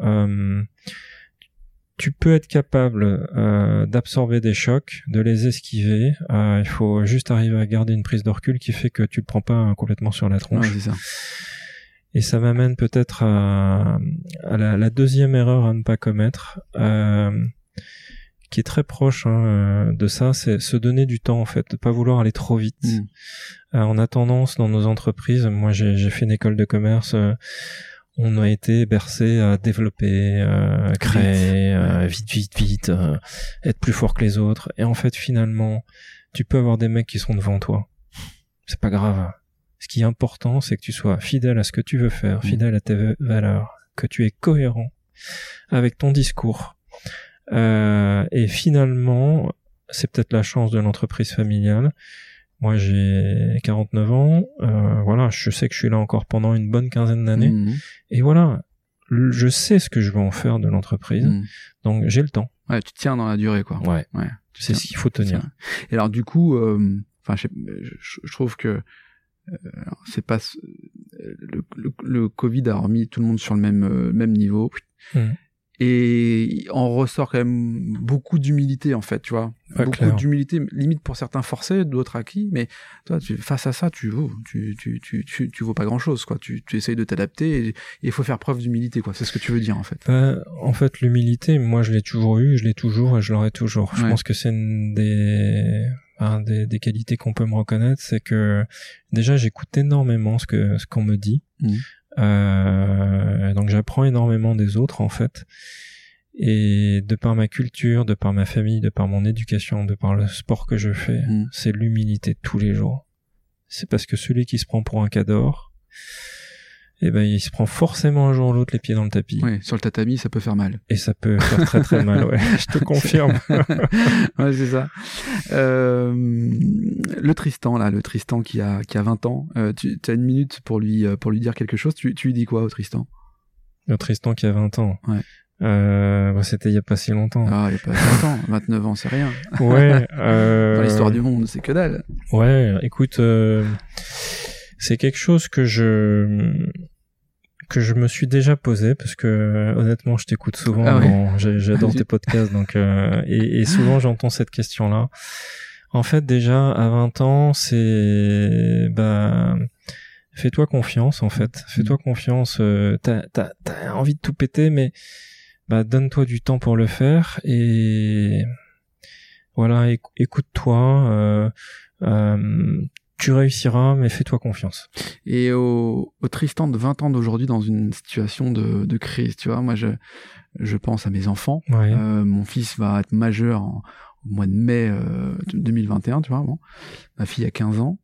tu peux être capable d'absorber des chocs, de les esquiver. Il faut juste arriver à garder une prise de recul qui fait que tu le prends pas complètement sur la tronche. Ouais, c'est ça. Et ça m'amène peut-être à la deuxième erreur à ne pas commettre, qui est très proche de ça, c'est se donner du temps en fait, de pas vouloir aller trop vite. On a tendance dans nos entreprises, moi j'ai fait une école de commerce, on a été bercé à développer, créer, vite, être plus fort que les autres. Et en fait, finalement, tu peux avoir des mecs qui sont devant toi. C'est pas grave. Ce qui est important, c'est que tu sois fidèle à ce que tu veux faire, fidèle à tes valeurs, que tu es cohérent avec ton discours. Et finalement, c'est peut-être la chance de l'entreprise familiale. Moi, j'ai 49 ans. Voilà, je sais que je suis là encore pendant une bonne quinzaine d'années. Et voilà, je sais ce que je veux en faire de l'entreprise. Donc, j'ai le temps. Ouais, tu tiens dans la durée, quoi. Ouais. C'est ce qu'il faut tenir. Et alors, du coup, je trouve que c'est pas le Covid a remis tout le monde sur le même niveau. Et on ressort quand même beaucoup d'humilité en fait, tu vois, beaucoup d'humilité, limite pour certains forcés, d'autres acquis, mais toi face à ça tu vaux pas grand chose, quoi. Tu essayes de t'adapter et il faut faire preuve d'humilité, quoi. C'est ce que tu veux dire en fait. En fait, l'humilité, moi je l'ai toujours eu, je l'ai toujours et je l'aurai toujours. Je pense que c'est une des qualités qu'on peut me reconnaître, c'est que déjà j'écoute énormément ce qu'on me dit. Donc j'apprends énormément des autres en fait, et de par ma culture, de par ma famille, de par mon éducation, de par le sport que je fais, c'est l'humilité tous les jours. C'est parce que celui qui se prend pour un cador, il se prend forcément un jour ou l'autre les pieds dans le tapis. Oui, sur le tatami, ça peut faire mal. Et ça peut faire très très mal, ouais. Je te confirme. Ouais, c'est ça. Le Tristan qui a 20 ans, tu as une minute pour lui dire quelque chose. Tu lui dis quoi au Tristan? Le Tristan qui a 20 ans. Ouais. C'était il y a pas si longtemps. Ah, il y a pas si longtemps. 29 ans, c'est rien. Ouais. Dans l'histoire du monde, c'est que dalle. Ouais, écoute, c'est quelque chose que je me suis déjà posé, parce que honnêtement je t'écoute souvent, j'adore tes podcasts, donc et souvent j'entends cette question-là. En fait, déjà à 20 ans, c'est fais-toi confiance en fait, fais-toi confiance. T'as envie de tout péter, mais donne-toi du temps pour le faire, et voilà, écoute-toi. Tu réussiras, mais fais-toi confiance. Et au Tristan de 20 ans d'aujourd'hui, dans une situation de crise, tu vois, moi je pense à mes enfants. Ouais. Mon fils va être majeur au mois de mai 2021, tu vois. Bon. Ma fille a 15 ans.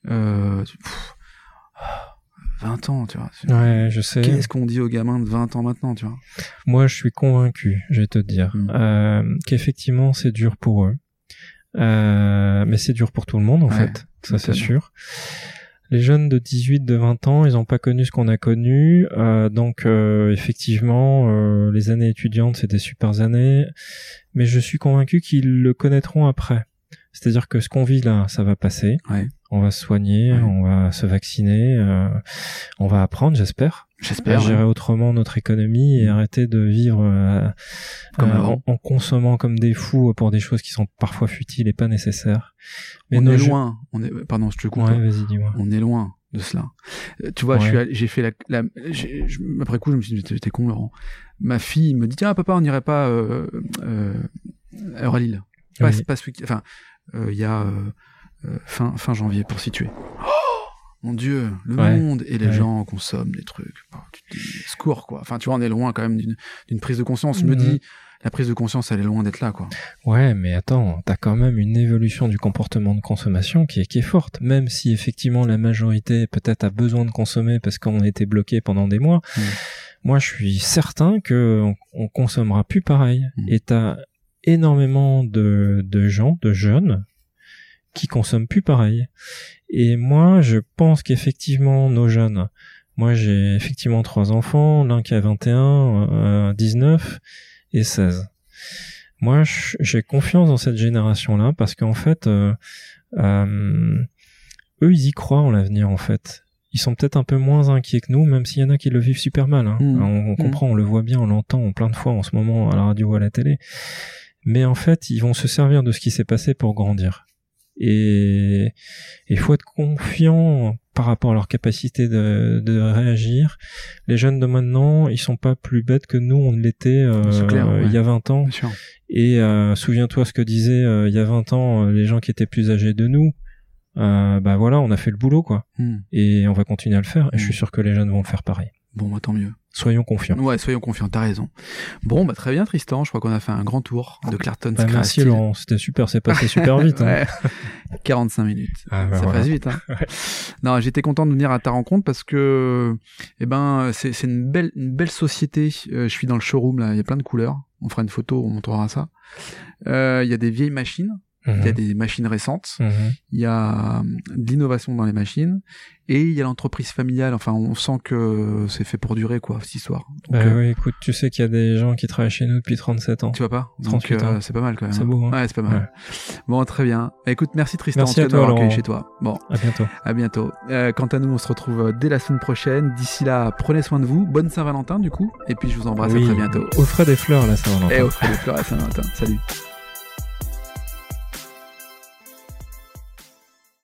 20 ans, tu vois. Ouais, je sais. Qu'est-ce qu'on dit aux gamins de 20 ans maintenant, tu vois? Moi, je suis convaincu, je vais te dire, qu'effectivement, c'est dur pour eux. Mais c'est dur pour tout le monde, en fait. Ça, c'est sûr. Les jeunes de 18, de 20 ans, ils n'ont pas connu ce qu'on a connu. Donc, effectivement, les années étudiantes, c'est des super années. Mais je suis convaincu qu'ils le connaîtront après. C'est-à-dire que ce qu'on vit là, ça va passer. Ouais. On va se soigner, on va se vacciner, on va apprendre, j'espère à gérer autrement notre économie et arrêter de vivre en consommant comme des fous pour des choses qui sont parfois futiles et pas nécessaires. Mais on est loin. Pardon, je te coupe. Ouais, vas-y, dis-moi. On est loin de cela. Tu vois, j'ai fait après coup, je me suis dit, t'es con, Laurent. Ma fille me dit, tiens, papa, on n'irait pas à Euralille. Pas ce week-end. Enfin, il y a fin janvier pour situer. Oh mon Dieu, le monde et les gens consomment des trucs. Tu te dis, secours quoi. Enfin, tu vois, on est loin quand même d'une prise de conscience. Je me dis, la prise de conscience, elle est loin d'être là quoi. Ouais, mais attends, t'as quand même une évolution du comportement de consommation qui est forte. Même si effectivement la majorité peut-être a besoin de consommer parce qu'on a été bloqué pendant des mois. Moi, je suis certain que on consommera plus pareil. Et t'as énormément de gens, de jeunes, qui consomment plus pareil. Et moi, je pense qu'effectivement, nos jeunes, moi j'ai effectivement 3 enfants, l'un qui a 21, 19 et 16. Moi, j'ai confiance dans cette génération-là parce qu'en fait, eux, ils y croient en l'avenir, en fait. Ils sont peut-être un peu moins inquiets que nous, même s'il y en a qui le vivent super mal. Hein. On comprend, on le voit bien, on l'entend plein de fois en ce moment à la radio ou à la télé. Mais en fait, ils vont se servir de ce qui s'est passé pour grandir. Et il faut être confiant par rapport à leur capacité de réagir. Les jeunes de maintenant, ils sont pas plus bêtes que nous, on l'était il y a 20 ans. Et souviens-toi ce que disaient il y a 20 ans les gens qui étaient plus âgés de nous. Bah voilà, on a fait le boulot quoi. Et on va continuer à le faire. Et je suis sûr que les jeunes vont le faire pareil. Bon, bah tant mieux. Soyons confiants. Ouais, soyons confiants, t'as raison. Bon, bah très bien Tristan, je crois qu'on a fait un grand tour de Clartons Creative. Merci Laurent, c'était super, c'est passé super vite. Hein. 45 minutes, ça voilà. passe vite. Hein. Non, j'étais content de venir à ta rencontre parce que, c'est une belle société. Je suis dans le showroom là, il y a plein de couleurs. On fera une photo, on montrera ça. Il y a des vieilles machines. Il y a des machines récentes, il y a de l'innovation dans les machines, et il y a l'entreprise familiale. Enfin, on sent que c'est fait pour durer, quoi, cette histoire. Donc, oui, écoute, tu sais qu'il y a des gens qui travaillent chez nous depuis 37 ans. Tu vois pas? 38 ans. C'est pas mal, quand même. C'est beau, hein? Ouais, c'est pas mal. Ouais. Bon, très bien. Écoute, merci Tristan. Merci à toi, Laurent. Chez toi. Bon. À bientôt. À bientôt. Quant à nous, on se retrouve dès la semaine prochaine. D'ici là, prenez soin de vous. Bonne Saint-Valentin, du coup. Et puis, je vous embrasse à très bientôt. Offrez des fleurs, la Saint-Valentin. Et offrez des fleurs à Saint-Valentin. Salut.